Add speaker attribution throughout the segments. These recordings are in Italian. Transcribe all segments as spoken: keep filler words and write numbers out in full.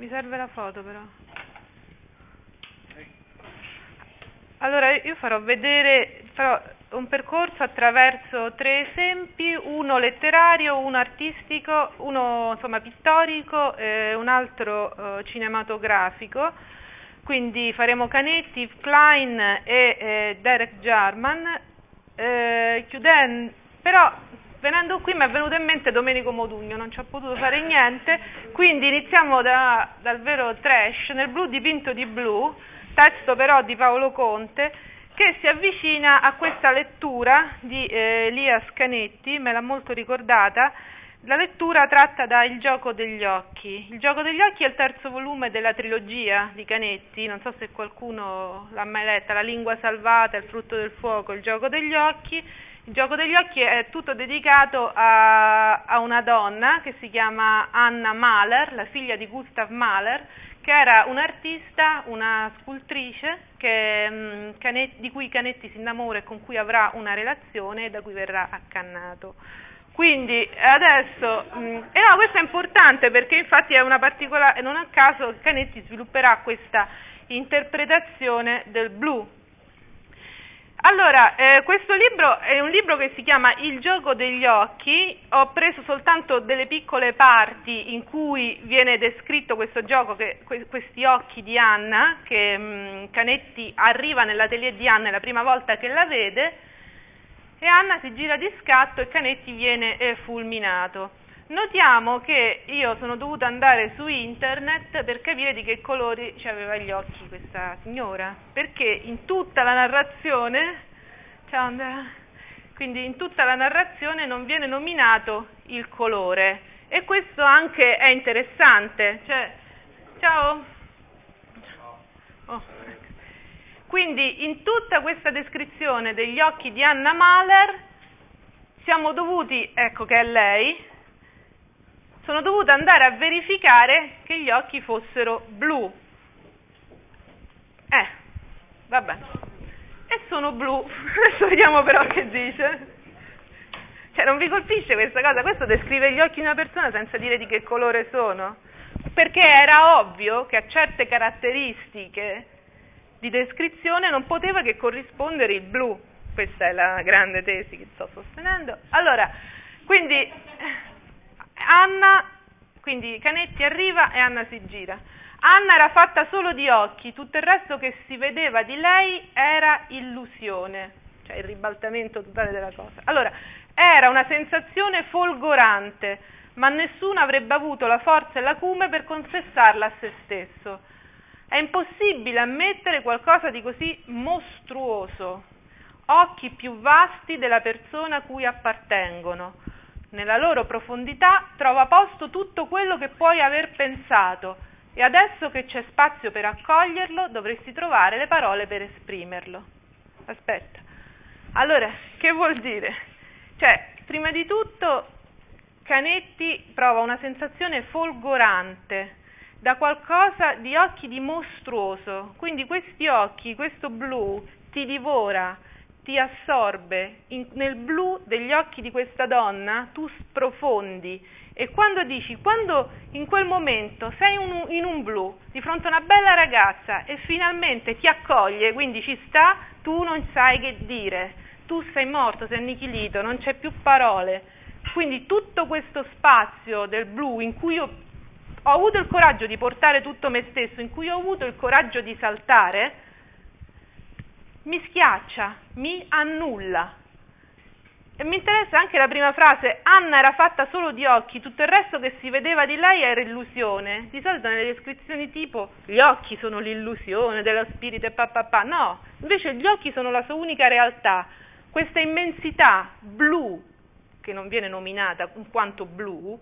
Speaker 1: mi serve la foto però. Allora io farò vedere farò un percorso attraverso tre esempi, uno letterario, uno artistico, uno insomma pittorico e un altro eh, cinematografico. Quindi faremo Canetti, Yves Klein e eh, Derek Jarman, eh, chiudendo, però venendo qui mi è venuto in mente Domenico Modugno, non ci ho potuto fare niente, quindi iniziamo da, dal vero trash, Nel blu dipinto di blu, testo però di Paolo Conte, che si avvicina a questa lettura di eh, Elias Canetti, me l'ha molto ricordata, la lettura tratta da Il gioco degli occhi. Il gioco degli occhi è il terzo volume della trilogia di Canetti, non so se qualcuno l'ha mai letta, La lingua salvata, Il frutto del fuoco, Il gioco degli occhi. Il gioco degli occhi è tutto dedicato a, a una donna che si chiama Anna Mahler, la figlia di Gustav Mahler, che era un'artista, una scultrice che, mh, Canetti, di cui Canetti si innamora e con cui avrà una relazione e da cui verrà accannato. Quindi adesso, mh, e no, questo è importante perché infatti è una particolare, non a caso Canetti svilupperà questa interpretazione del blu. Allora, eh, questo libro è un libro che si chiama Il gioco degli occhi, ho preso soltanto delle piccole parti in cui viene descritto questo gioco, che, que, questi occhi di Anna, che mh, Canetti arriva nell'atelier di Anna, è la prima volta che la vede, e Anna si gira di scatto e Canetti viene eh, fulminato. Notiamo che io sono dovuta andare su internet per capire di che colori aveva gli occhi questa signora, perché in tutta la narrazione, ciao Andrea, quindi in tutta la narrazione non viene nominato il colore, e questo anche è interessante, cioè, ciao, oh. Quindi in tutta questa descrizione degli occhi di Anna Mahler siamo dovuti, ecco che è lei, sono dovuta andare a verificare che gli occhi fossero blu. Eh, vabbè. E sono blu. Adesso vediamo però che dice. Cioè, non vi colpisce questa cosa? Questo descrive gli occhi di una persona senza dire di che colore sono. Perché era ovvio che a certe caratteristiche di descrizione non poteva che corrispondere il blu. Questa è la grande tesi che sto sostenendo. Allora, quindi Anna, quindi Canetti arriva e Anna si gira. Anna era fatta solo di occhi, tutto il resto che si vedeva di lei era illusione, cioè il ribaltamento totale della cosa. Allora, era una sensazione folgorante, ma nessuno avrebbe avuto la forza e l'acume per confessarla a se stesso. È impossibile ammettere qualcosa di così mostruoso. Occhi più vasti della persona a cui appartengono. Nella loro profondità trova posto tutto quello che puoi aver pensato, e adesso che c'è spazio per accoglierlo dovresti trovare le parole per esprimerlo. Aspetta. Allora, che vuol dire? Cioè, prima di tutto Canetti prova una sensazione folgorante da qualcosa di occhi di mostruoso, quindi questi occhi, questo blu ti divora, ti assorbe. In, nel blu degli occhi di questa donna tu sprofondi, e quando dici, quando in quel momento sei un, in un blu di fronte a una bella ragazza e finalmente ti accoglie, quindi ci sta, tu non sai che dire, tu sei morto, sei annichilito, non c'è più parole. Quindi tutto questo spazio del blu in cui io ho avuto il coraggio di portare tutto me stesso, in cui ho avuto il coraggio di saltare, mi schiaccia, mi annulla. E mi interessa anche la prima frase, Anna era fatta solo di occhi, tutto il resto che si vedeva di lei era illusione. Di solito nelle descrizioni tipo, gli occhi sono l'illusione dello spirito e papà, no, invece gli occhi sono la sua unica realtà, questa immensità blu, che non viene nominata in quanto blu,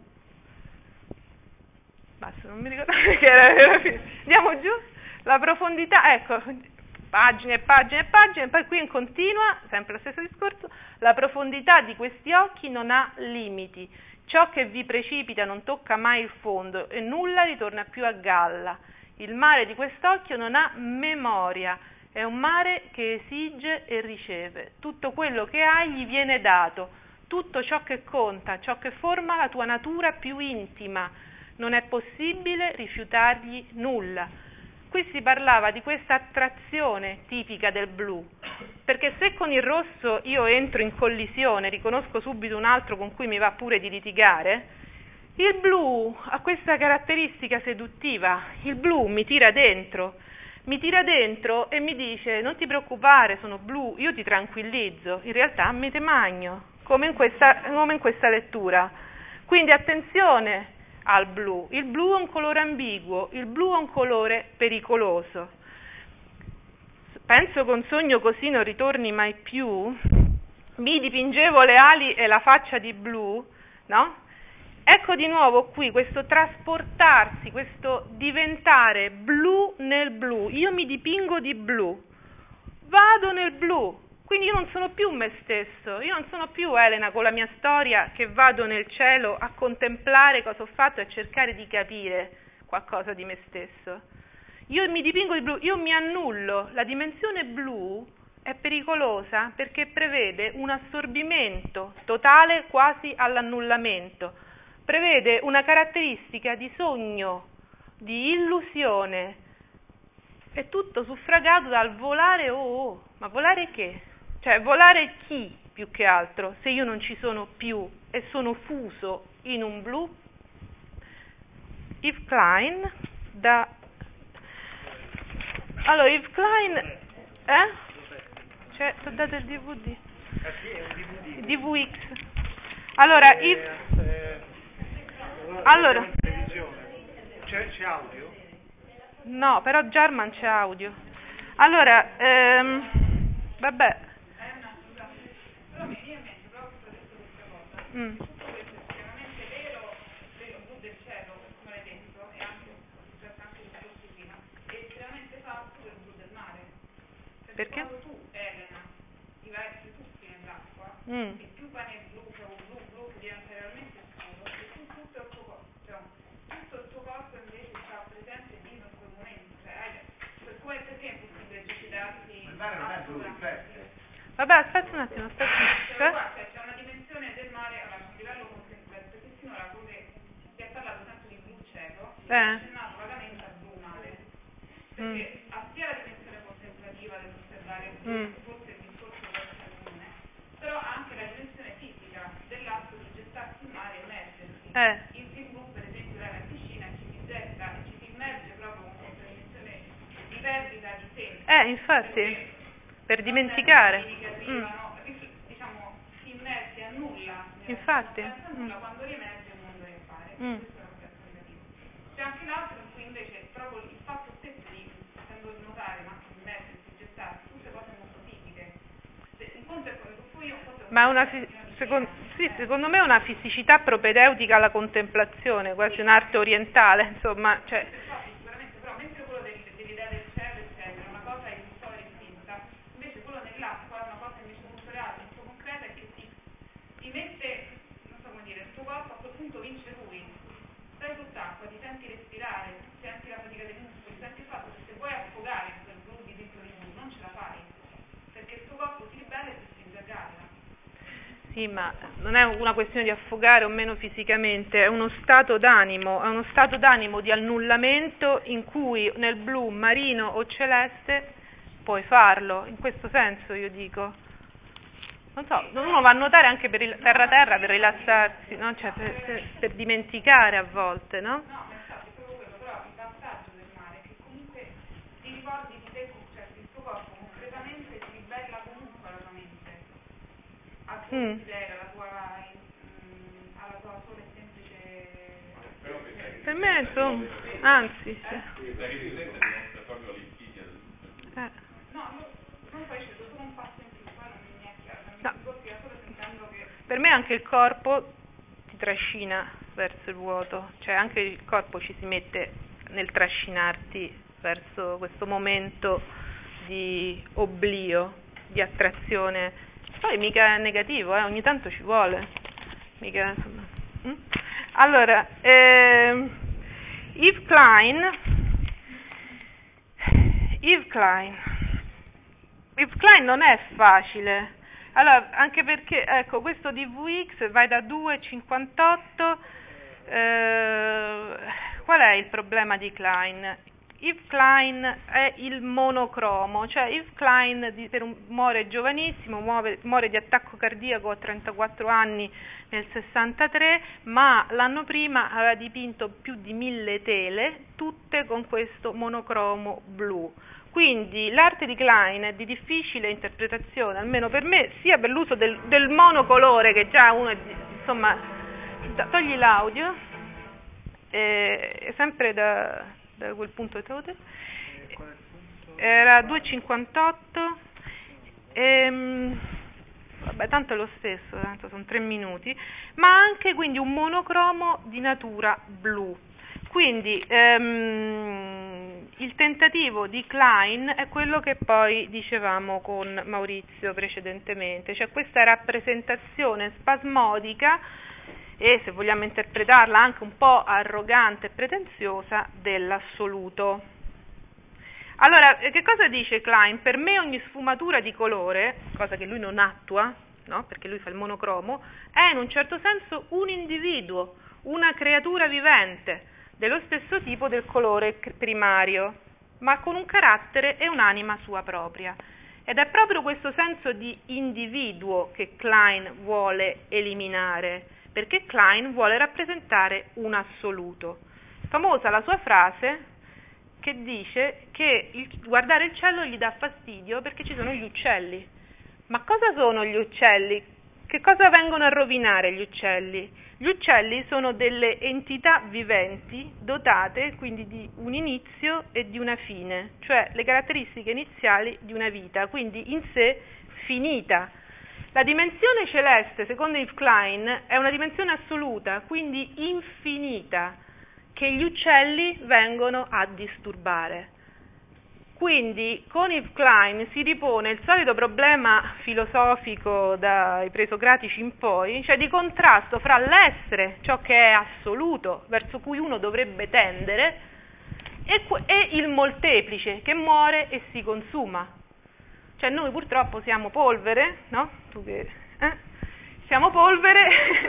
Speaker 1: basta, non mi ricordo che era, era andiamo giù, la profondità, ecco, pagine e pagine e pagine, poi qui in continua, sempre lo stesso discorso, la profondità di questi occhi non ha limiti, ciò che vi precipita non tocca mai il fondo e nulla ritorna più a galla, il mare di quest'occhio non ha memoria, è un mare che esige e riceve, tutto quello che hai gli viene dato, tutto ciò che conta, ciò che forma la tua natura più intima, non è possibile rifiutargli nulla. Qui si parlava di questa attrazione tipica del blu, perché se con il rosso io entro in collisione, riconosco subito un altro con cui mi va pure di litigare, il blu ha questa caratteristica seduttiva, il blu mi tira dentro, mi tira dentro e mi dice non ti preoccupare, sono blu, io ti tranquillizzo, in realtà mi te magno, come in questa, come in questa lettura. Quindi attenzione al blu, il blu è un colore ambiguo, il blu è un colore pericoloso. Penso che un sogno così non ritorni mai più, mi dipingevo le ali e la faccia di blu, no? Ecco di nuovo qui questo trasportarsi, questo diventare blu nel blu. Io mi dipingo di blu, vado nel blu, quindi io non sono più me stesso, io non sono più Elena con la mia storia che vado nel cielo a contemplare cosa ho fatto e a cercare di capire qualcosa di me stesso. Io mi dipingo di blu, io mi annullo. La dimensione blu è pericolosa perché prevede un assorbimento totale quasi all'annullamento. Prevede una caratteristica di sogno, di illusione, è tutto suffragato dal volare oh oh, ma volare che? Cioè volare chi più che altro, se io non ci sono più e sono fuso in un blu? Yves Klein, da... Allora, Yves Klein, eh? Cioè, ti ho dato il D V D? Il D V X. Allora, Yves... Allora,
Speaker 2: c'è, c'è audio?
Speaker 1: No, però German c'è audio. Allora, ehm, vabbè. Mm. Perché?
Speaker 3: Quando tu, Elena, diversi tuffi nell'acqua,
Speaker 1: Mm.
Speaker 3: e più vai nel blu, cioè un blu, blu diventa realmente scuro, e tu tutto il tuo corpo, cioè tutto il tuo corpo invece sta presente vivo in quel momento, cioè hai, per come perché è possibile suicidarsi?
Speaker 2: Il mare non è blu, riflette.
Speaker 1: Vabbè, aspetta un attimo, aspetta un attimo.
Speaker 3: Cioè, guarda, c'è una dimensione del mare a un livello contemplativo, perché finora come si è parlato sempre di blu cieco, si è
Speaker 1: Eh.
Speaker 3: accennato vagamente al blu mare, perché ha sia la dimensione contemplativa dell'osservare il blu,
Speaker 1: Mm.
Speaker 3: forse il discorso può essere comune, però ha anche la dimensione fisica dell'atto di gettarsi in mare e immergersi.
Speaker 1: Eh.
Speaker 3: Il, il blu, per esempio, lei va in piscina e ci si getta e ci si immerge proprio con questa dimensione di perdita di sé.
Speaker 1: Eh, infatti, per dimenticare. Mm.
Speaker 3: Diciamo, si immerge a nulla.
Speaker 1: Infatti.
Speaker 3: Senza nulla, quando riemerge il mondo riappare.
Speaker 1: Mm.
Speaker 3: Questo è l'aspetto negativo. C'è anche l'altro in cui invece proprio il fatto stesso di, facendo nuotare, ma anche di immergersi, gettarsi, tutte cose molto fisiche. Se, un conto è come tu io, un conto è come
Speaker 1: Ma è una fi- secondo, sì, secondo me è una fisicità propedeutica alla contemplazione, quasi un'arte orientale, insomma, cioè.
Speaker 3: Sicuramente, però mentre quello del, dell'idea del cielo, eccetera, una cosa è illusoria e finta, invece quello nell'acqua è una cosa invece molto reale, molto concreta e che ti, ti mette, non so come dire, il tuo corpo a quel punto vince lui. Stai sott'acqua, ti senti respirare, senti la fatica dei muscoli, senti il fatto che se vuoi affogare in quel blu di dentro di blu non ce la fai, perché il tuo corpo si ribella e ti stringe a galla.
Speaker 1: Sì, ma non è una questione di affogare o meno fisicamente, è uno stato d'animo, è uno stato d'animo di annullamento in cui nel blu marino o celeste puoi farlo, in questo senso io dico. Non so, uno va a nuotare anche per il terra-terra per rilassarsi, no? Cioè per, per, per dimenticare a volte, no?
Speaker 3: No, ma infatti è proprio quello, però il vantaggio del mare è che comunque ti ricordi di te, cioè il tuo corpo concretamente si ribella comunque alla tua mente, al tuo
Speaker 1: Mm.
Speaker 3: desiderio, alla tua, mm, alla tua sola e semplice...
Speaker 1: Per me insomma, anzi, sì.
Speaker 4: La residenza dimostra proprio l'invidia.
Speaker 1: Eh.
Speaker 3: No, io non poi c'è solo un passo in più, poi non mi è chiaro, non mi
Speaker 1: No.
Speaker 3: scorsi, solo sentendo che...
Speaker 1: Per me anche il corpo ti trascina verso il vuoto, cioè anche il corpo ci si mette nel trascinarti verso questo momento di oblio, di attrazione. Poi mica è negativo, eh? Ogni tanto ci vuole. Mica, insomma. Mm? Allora, ehm, Yves Klein, Yves Klein, Yves Klein non è facile. Allora, anche perché, ecco, questo D V X vai da due virgola cinquantotto eh, qual è il problema di Klein? Yves Klein è il monocromo, cioè Yves Klein di, per un, muore giovanissimo, muore, muore di attacco cardiaco a trentaquattro anni nel sessantatré, ma l'anno prima aveva dipinto più di mille tele, tutte con questo monocromo blu. Quindi l'arte di Klein è di difficile interpretazione, almeno per me, sia per l'uso del, del monocolore, che già uno è, insomma, togli l'audio, eh, è sempre da... da quel punto di vista era due e cinquantotto, ehm, vabbè, tanto è lo stesso, tanto sono tre minuti, ma anche quindi un monocromo di natura blu. Quindi ehm, il tentativo di Klein è quello che poi dicevamo con Maurizio precedentemente, cioè questa rappresentazione spasmodica e, se vogliamo interpretarla, anche un po' arrogante e pretenziosa dell'assoluto. Allora, che cosa dice Klein? Per me ogni sfumatura di colore, cosa che lui non attua, no? Perché lui fa il monocromo, è in un certo senso un individuo, una creatura vivente, dello stesso tipo del colore primario, ma con un carattere e un'anima sua propria. Ed è proprio questo senso di individuo che Klein vuole eliminare, perché Klein vuole rappresentare un assoluto. Famosa la sua frase che dice che il, guardare il cielo gli dà fastidio perché ci sono gli uccelli. Ma cosa sono gli uccelli? Che cosa vengono a rovinare gli uccelli? Gli uccelli sono delle entità viventi dotate quindi di un inizio e di una fine, cioè le caratteristiche iniziali di una vita, quindi in sé finita. La dimensione celeste, secondo Yves Klein, è una dimensione assoluta, quindi infinita, che gli uccelli vengono a disturbare. Quindi con Yves Klein si ripone il solito problema filosofico dai presocratici in poi, cioè di contrasto fra l'essere, ciò che è assoluto, verso cui uno dovrebbe tendere, e, e il molteplice, che muore e si consuma. Cioè noi purtroppo siamo polvere, no? Tu che, eh? Siamo polvere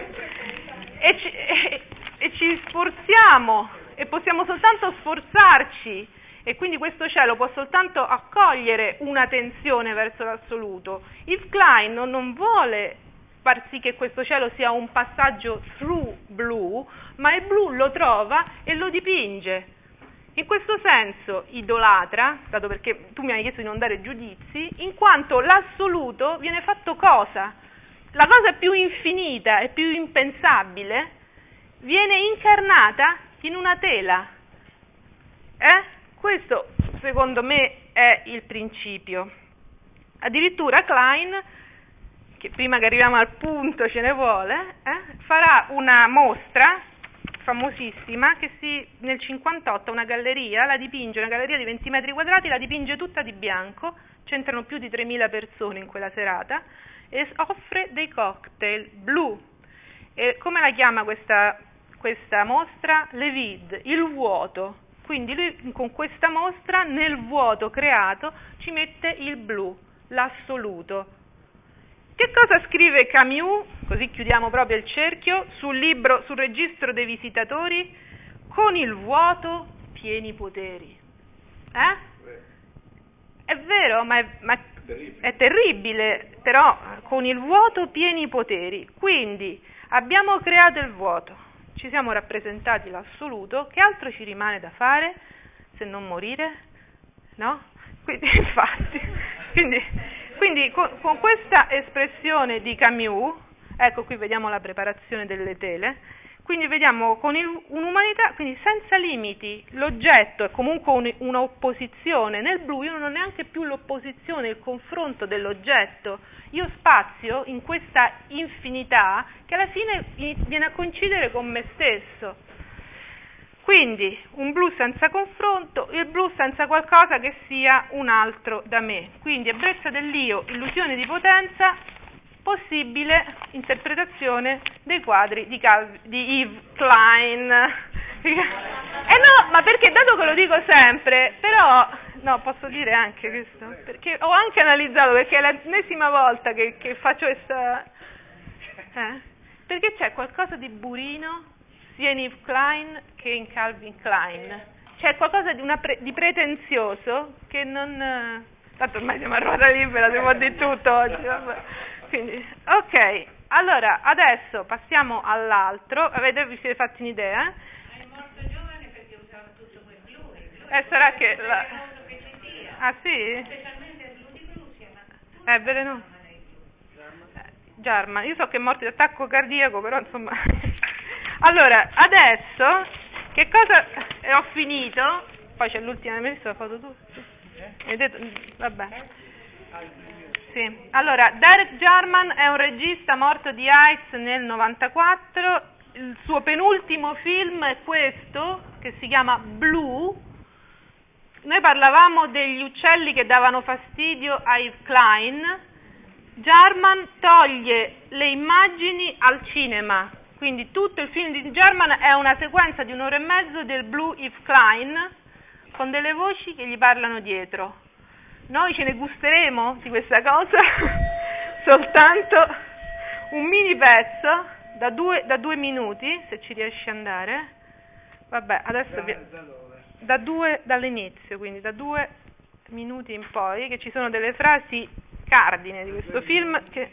Speaker 1: e, ci, e, e ci sforziamo e possiamo soltanto sforzarci, e quindi questo cielo può soltanto accogliere una tensione verso l'assoluto. Yves Klein non, non vuole far sì che questo cielo sia un passaggio through blu, ma il blu lo trova e lo dipinge. In questo senso idolatra, dato perché tu mi hai chiesto di non dare giudizi, in quanto l'assoluto viene fatto cosa? La cosa più infinita e più impensabile viene incarnata in una tela. Eh? Questo, secondo me, è il principio. Addirittura Klein, che prima che arriviamo al punto ce ne vuole, eh, farà una mostra famosissima che si, nel cinquantotto una galleria, la dipinge, una galleria di venti metri quadrati, la dipinge tutta di bianco, c'entrano più di tremila persone in quella serata, e offre dei cocktail blu. E come la chiama questa, questa mostra? Le vide, il vuoto. Quindi lui con questa mostra nel vuoto creato ci mette il blu, l'assoluto. Che cosa scrive Camus, così chiudiamo proprio il cerchio, sul libro Sul registro dei visitatori? Con il vuoto pieni poteri. Eh? È vero, ma è, ma è terribile, però con il vuoto pieni poteri. Quindi abbiamo creato il vuoto, ci siamo rappresentati l'assoluto, che altro ci rimane da fare se non morire? No? Quindi, infatti, quindi, quindi con, con questa espressione di Camus, ecco qui vediamo la preparazione delle tele, quindi vediamo con il, un'umanità, quindi senza limiti, l'oggetto è comunque un, un'opposizione, nel blu io non ho neanche più l'opposizione, il confronto dell'oggetto, io spazio in questa infinità che alla fine viene a coincidere con me stesso. Quindi un blu senza confronto, il blu senza qualcosa che sia un altro da me. Quindi ebbrezza dell'io, illusione di potenza, possibile interpretazione dei quadri di, Cal- di Yves Klein. Eh no, ma perché dato che lo dico sempre, però, no, posso dire anche questo, perché ho anche analizzato, perché è l'ennesima volta che, che faccio questa... Eh? Perché c'è qualcosa di burino sia in Yves Klein che in Calvin Klein. C'è qualcosa di, una pre- di pretenzioso che non... Tanto ormai siamo a ruota libera, si può dire tutto oggi. Vabbè. Quindi, ok, allora adesso passiamo all'altro. Avete, vi siete fatti un'idea?
Speaker 3: È morto giovane perché usava tutto quel blu.
Speaker 1: Eh, sarà che... La...
Speaker 3: che ci sia.
Speaker 1: Ah sì?
Speaker 3: Specialmente il blu di Prussia, ma
Speaker 1: È velenoso. Jarman, io so che è morto di attacco cardiaco, però insomma... Allora, adesso, che cosa... E ho finito, poi c'è l'ultima, mi hai visto la foto tu? Mi hai detto... Vabbè. Sì. Allora, Derek Jarman è un regista morto di AIDS nel novantaquattro, il suo penultimo film è questo, che si chiama Blue. Noi parlavamo degli uccelli che davano fastidio a Yves Klein. Jarman toglie le immagini al cinema, quindi tutto il film di Jarman è una sequenza di un'ora e mezzo del Blue Yves Klein con delle voci che gli parlano dietro. Noi ce ne gusteremo di questa cosa soltanto un mini pezzo da due, da due minuti, se ci riesce ad andare. Vabbè, adesso vi... da due dall'inizio, quindi da due minuti in poi, che ci sono delle frasi cardine di questo film che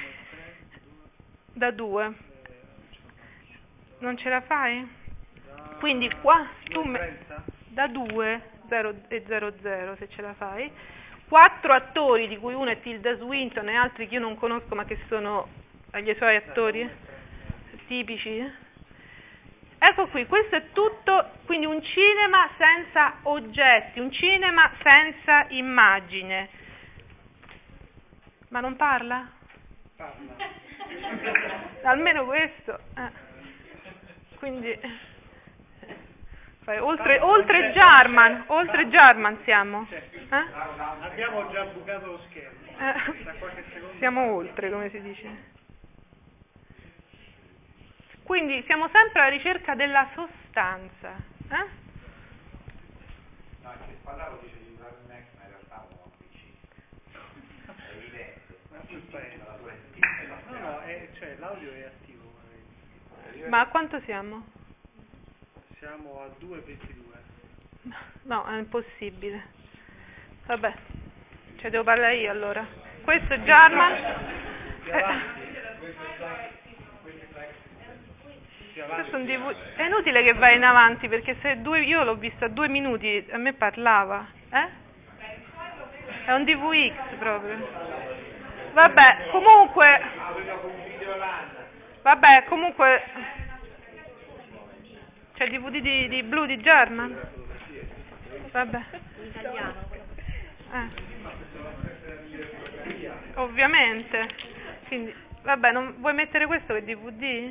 Speaker 1: da due non ce la fai? Quindi qua tu me... da due zero e zero zero se ce la fai, quattro attori di cui uno è Tilda Swinton e altri che io non conosco ma che sono gli suoi attori tipici. Ecco qui, questo è tutto, quindi un cinema senza oggetti, un cinema senza immagine. Ma non parla?
Speaker 2: Parla.
Speaker 1: Almeno questo. Eh. Quindi, oltre, oltre Jarman, oltre Jarman siamo. Eh?
Speaker 2: Abbiamo già bucato lo schermo.
Speaker 1: Eh.
Speaker 2: Da qualche secondo.
Speaker 1: Siamo oltre, come si dice. Quindi siamo sempre alla ricerca della sostanza. Eh?
Speaker 5: No, che parlavo dice di usare un Mac, ma in realtà non ho un P C. È evidente.
Speaker 2: Ma tu stai- No, no, è, cioè l'audio è attivo.
Speaker 1: Ma a quanto siamo?
Speaker 2: Siamo a due ventidue.
Speaker 1: No, è impossibile. Vabbè, cioè devo parlare io allora. Questo è Jarman. Eh. Questo è un D V... È inutile che vai in avanti perché se due... io l'ho visto a due minuti, a me parlava. Eh? È un D V X proprio. Vabbè, comunque... Vabbè, comunque... C'è D V D di, di Blue di Jarman? Vabbè. Eh. Ovviamente. Quindi, vabbè, non vuoi mettere questo che D V D?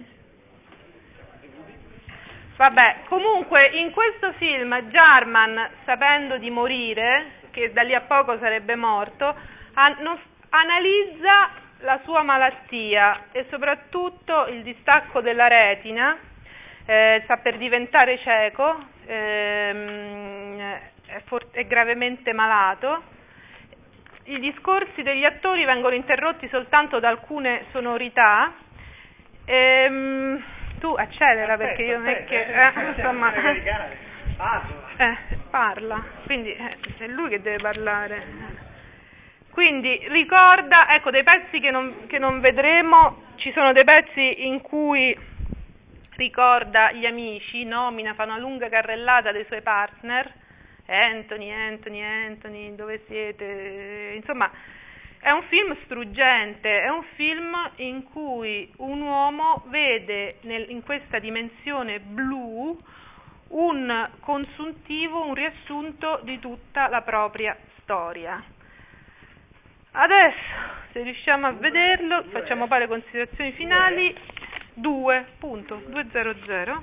Speaker 1: Vabbè, comunque in questo film Jarman, sapendo di morire, che da lì a poco sarebbe morto, an- non, analizza la sua malattia e soprattutto il distacco della retina, eh, sta per diventare cieco, ehm, è, for- è gravemente malato. I discorsi degli attori vengono interrotti soltanto da alcune sonorità. Ehm, tu accelera
Speaker 2: Aspetta,
Speaker 1: perché io non è
Speaker 2: aspetta,
Speaker 1: che...
Speaker 2: eh,
Speaker 1: Eh, insomma...
Speaker 2: Parla.
Speaker 1: Eh, parla, quindi eh, è lui che deve parlare. Quindi ricorda, ecco, dei pezzi che non, che non vedremo, ci sono dei pezzi in cui ricorda gli amici, nomina, fa una lunga carrellata dei suoi partner, Anthony, Anthony, Anthony, dove siete? Insomma, è un film struggente, è un film in cui un uomo vede nel, in questa dimensione blu un consuntivo, un riassunto di tutta la propria storia. Adesso, se riusciamo a vederlo, facciamo poi le considerazioni finali. due punto duecento.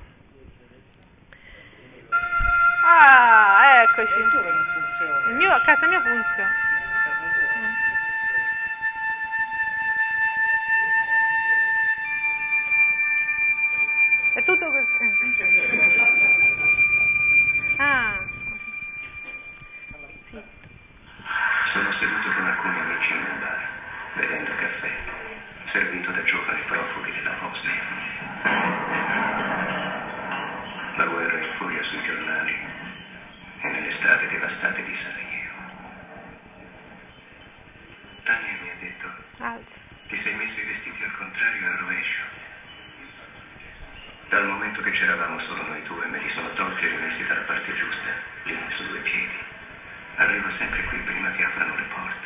Speaker 1: Ah, eccoci.
Speaker 2: Il tuo che non funziona.
Speaker 1: Il mio, a casa mia funziona. È tutto così. Ah. Sì.
Speaker 6: Sono seduto con alcuni amici in un bar, bevendo caffè, servito da giovani profughi della Bosnia. Dal momento che c'eravamo solo noi due, me li sono tolti e rimessi dalla parte giusta, lì su due piedi. Arrivo sempre qui prima che aprano le porte.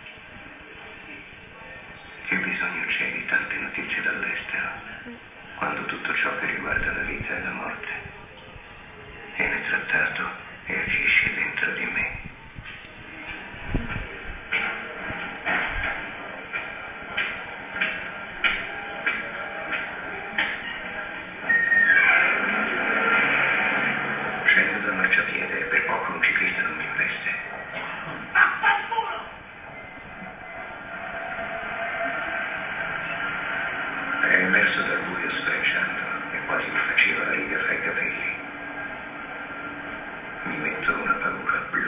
Speaker 6: Che bisogno c'è di tante notizie dall'estero, quando tutto ciò che riguarda la vita e la morte viene trattato e agisce dentro di me. Scendo dal marciapiede e per poco un ciclista non mi investe. È emerso dal buio sfrecciando e quasi mi faceva la riga fra i capelli. Mi metto una paura blu.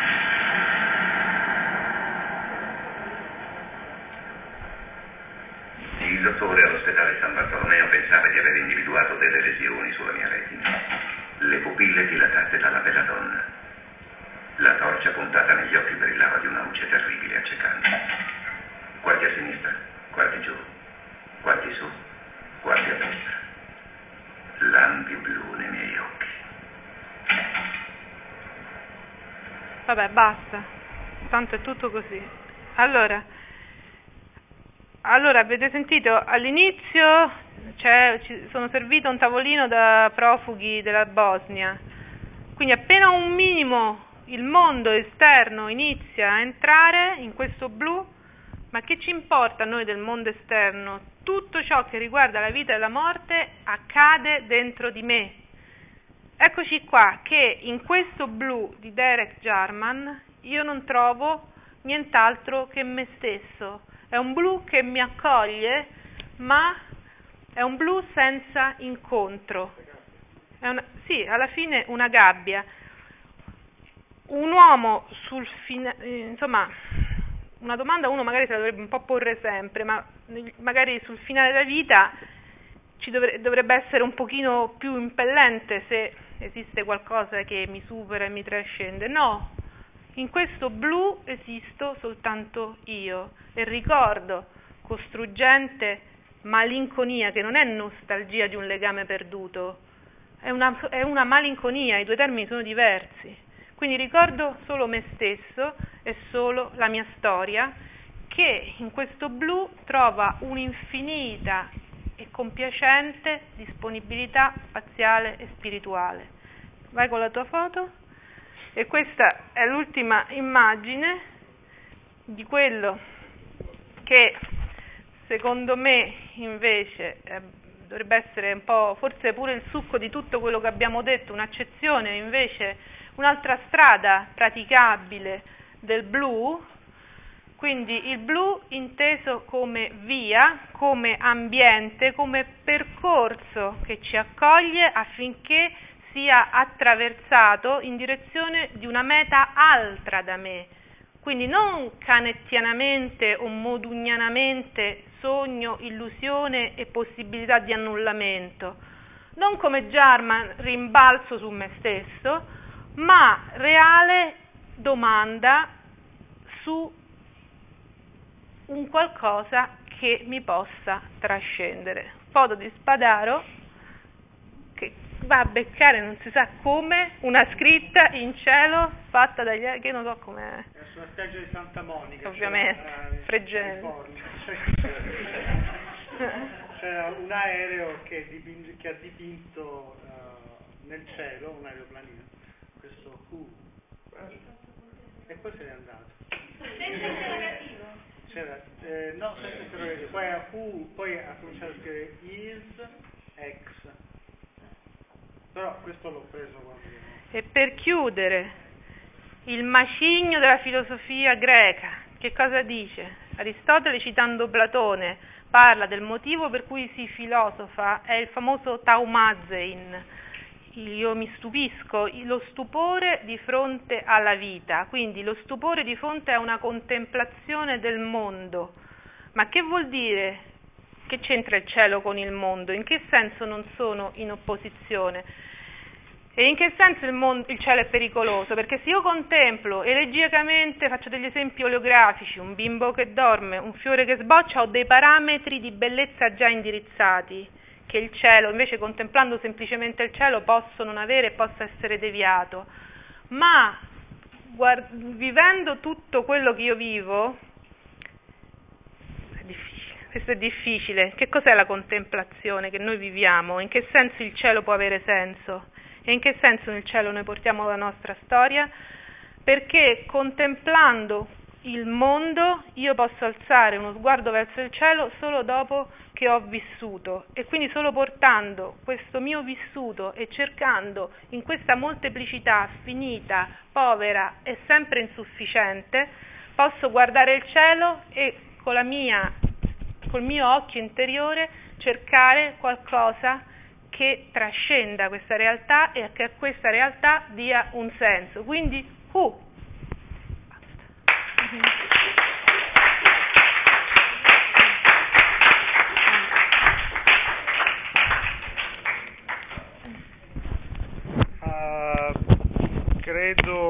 Speaker 7: Il dottore all'ospedale San Bartolomeo pensava di aver individuato delle lesioni sulla mia retina. Le pupille dilatate dalla bella donna. La torcia puntata negli occhi brillava di una luce terribile e accecante. Guardi a sinistra, guardi giù, guardi su, guardi a destra. Lampi blu nei miei occhi.
Speaker 1: Vabbè, basta. Tanto è tutto così. Allora, allora avete sentito all'inizio c'è, ci sono servito un tavolino da profughi della Bosnia. Quindi appena un minimo il mondo esterno inizia a entrare in questo blu, ma che ci importa a noi del mondo esterno? Tutto ciò che riguarda la vita e la morte accade dentro di me. Eccoci qua, che in questo blu di Derek Jarman io non trovo nient'altro che me stesso. È un blu che mi accoglie, ma è un blu senza incontro. È una, sì, alla fine una gabbia. Un uomo sul fine, insomma, una domanda uno magari se la dovrebbe un po' porre sempre, ma magari sul finale della vita ci dovre, dovrebbe essere un pochino più impellente se esiste qualcosa che mi supera e mi trascende. No, in questo blu esisto soltanto io e ricordo con struggente malinconia, che non è nostalgia di un legame perduto, è una, è una malinconia, i due termini sono diversi. Quindi ricordo solo me stesso e solo la mia storia, che in questo blu trova un'infinita e compiacente disponibilità spaziale e spirituale. Vai con la tua foto. E questa è l'ultima immagine di quello che secondo me invece eh, dovrebbe essere un po', forse pure il succo di tutto quello che abbiamo detto, un'accezione invece, un'altra strada praticabile del blu. Quindi il blu inteso come via, come ambiente, come percorso che ci accoglie affinché sia attraversato in direzione di una meta altra da me. Quindi non canettianamente o modugnianamente sogno, illusione e possibilità di annullamento, non come Jarman rimbalzo su me stesso, ma reale domanda su un qualcosa che mi possa trascendere. Foto di Spadaro che va a beccare non si sa come una scritta in cielo fatta dagli, che non so com'è,
Speaker 2: È sulla spiaggia di Santa Monica,
Speaker 1: ovviamente,
Speaker 2: c'era,
Speaker 1: Fregene.
Speaker 2: C'era un aereo che, dipinge, che ha dipinto uh, nel cielo, un aeroplanino, questo U, e poi se n'è andato.
Speaker 3: Senza interrogativo.
Speaker 2: C'era, eh, no, senza interrogativo, poi a U, poi ha cominciato a scrivere is, ex. Però questo l'ho preso quando...
Speaker 1: E per chiudere, il macigno della filosofia greca, che cosa dice? Aristotele, citando Platone, parla del motivo per cui si filosofa, è il famoso taumazein. Io mi stupisco, lo stupore di fronte alla vita, quindi lo stupore di fronte a una contemplazione del mondo. Ma che vuol dire? Che c'entra il cielo con il mondo? In che senso non sono in opposizione? E in che senso il, mondo, il cielo è pericoloso? Perché se io contemplo elegicamente, faccio degli esempi oleografici, un bimbo che dorme, un fiore che sboccia, ho dei parametri di bellezza già indirizzati, che il cielo, invece contemplando semplicemente il cielo, posso non avere e possa essere deviato, ma guard- vivendo tutto quello che io vivo, è difficile, questo è difficile. Che cos'è la contemplazione che noi viviamo? In che senso il cielo può avere senso? E in che senso nel cielo noi portiamo la nostra storia? Perché contemplando il mondo io posso alzare uno sguardo verso il cielo solo dopo che ho vissuto, e quindi solo portando questo mio vissuto e cercando in questa molteplicità finita, povera e sempre insufficiente, posso guardare il cielo e con la mia, col mio occhio interiore cercare qualcosa che trascenda questa realtà e che a questa realtà dia un senso. Quindi uh,
Speaker 2: Uh, credo